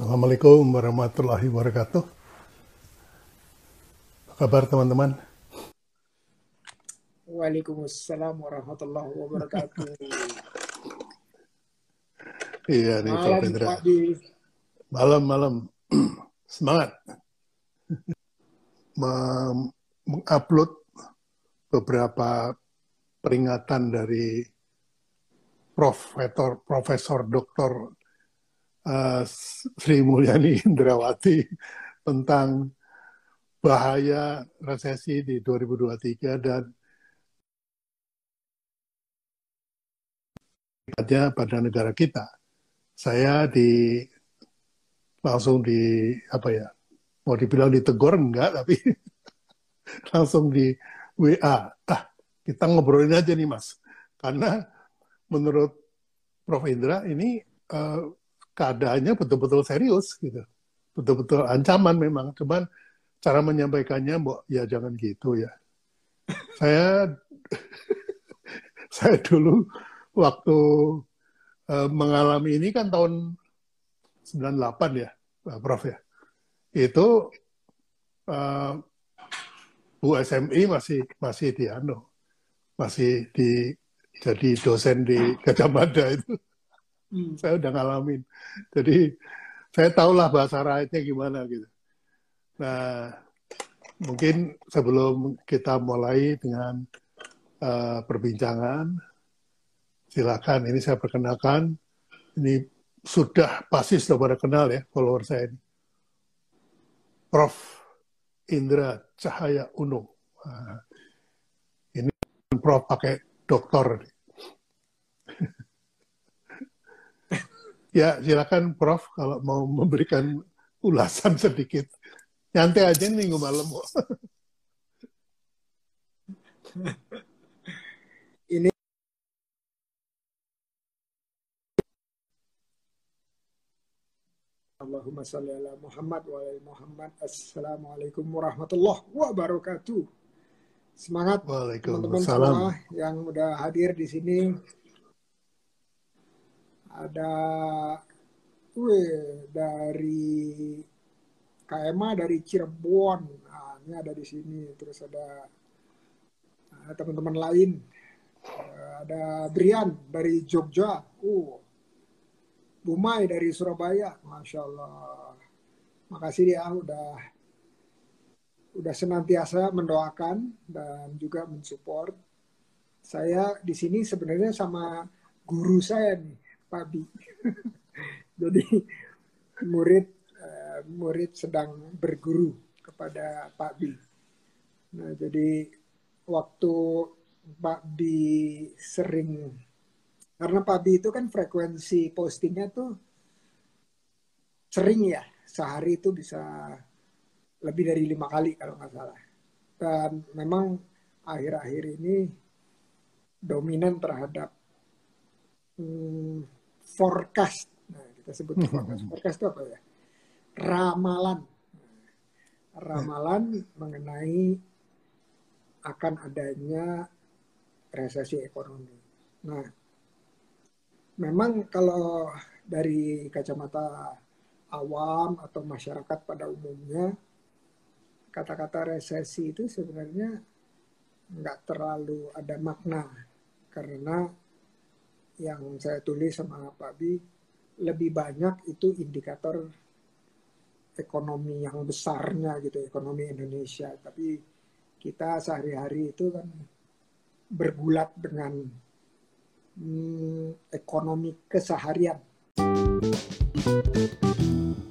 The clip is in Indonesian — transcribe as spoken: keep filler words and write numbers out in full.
Assalamualaikum warahmatullahi wabarakatuh. Apa kabar teman-teman? Waalaikumsalam warahmatullahi wabarakatuh. Iya nih Prof Malam Indra. Pak Di. Malam-malam semangat Mem- mengupload beberapa peringatan dari Profesor Profesor Doktor uh, Sri Mulyani Indrawati tentang bahaya resesi di dua ribu dua puluh tiga dan impaknya pada negara kita. Saya di langsung di apa ya? Mau dibilang ditegur enggak, tapi langsung di W A. Ah, kita ngobrolin aja nih Mas. Karena menurut Prof Indra ini uh, keadaannya betul-betul serius gitu. Betul-betul ancaman memang. Cuman cara menyampaikannya, Mbok, ya jangan gitu ya. Saya saya dulu waktu uh, mengalami ini kan tahun sembilan puluh delapan ya, Prof ya. Itu uh, Bu S M I masih masih di ano, masih di jadi dosen di Gajah Mada itu. Hmm. Saya udah ngalamin. Jadi saya tahulah bahasa rakyatnya gimana gitu. Nah, mungkin sebelum kita mulai dengan uh, perbincangan, silakan ini saya perkenalkan. Ini sudah pasti sudah pada kenal ya follower saya ini. Prof Indra Cahaya Uno. Nah, ini Prof pakai doktor. Ya, silakan Prof kalau mau memberikan ulasan sedikit. Nyantai aja minggu malam kok. Ini Allahumma sholli ala Muhammad wa ala Muhammad. Assalamualaikum warahmatullahi wabarakatuh. Semangat teman-teman semua yang udah hadir di sini. Ada weh, dari K M A dari Cirebon. Nah, ini ada di sini. Terus ada nah, teman-teman lain. Ada Brian dari Jogja. Uh, Bumai dari Surabaya. Masya Allah. Makasih ya udah udah senantiasa mendoakan dan juga mensupport. Saya di sini sebenarnya sama guru saya nih, Pak Bi. Jadi murid uh, murid sedang berguru kepada Pak Bi. Nah, jadi waktu Pak Bi sering, karena Pak Bi itu kan frekuensi postingnya tuh sering ya, sehari itu bisa lebih dari lima kali kalau nggak salah. Dan memang akhir-akhir ini dominan terhadap hmm, forecast. Nah, kita sebut forecast. Forecast itu apa ya? Ramalan. Ramalan mengenai akan adanya resesi ekonomi. Nah, memang kalau dari kacamata awam atau masyarakat pada umumnya, kata-kata resesi itu sebenarnya nggak terlalu ada makna, karena yang saya tulis sama Pak Bi lebih banyak itu indikator ekonomi yang besarnya gitu, ekonomi Indonesia. Tapi kita sehari-hari itu kan bergulat dengan hmm, ekonomi keseharian.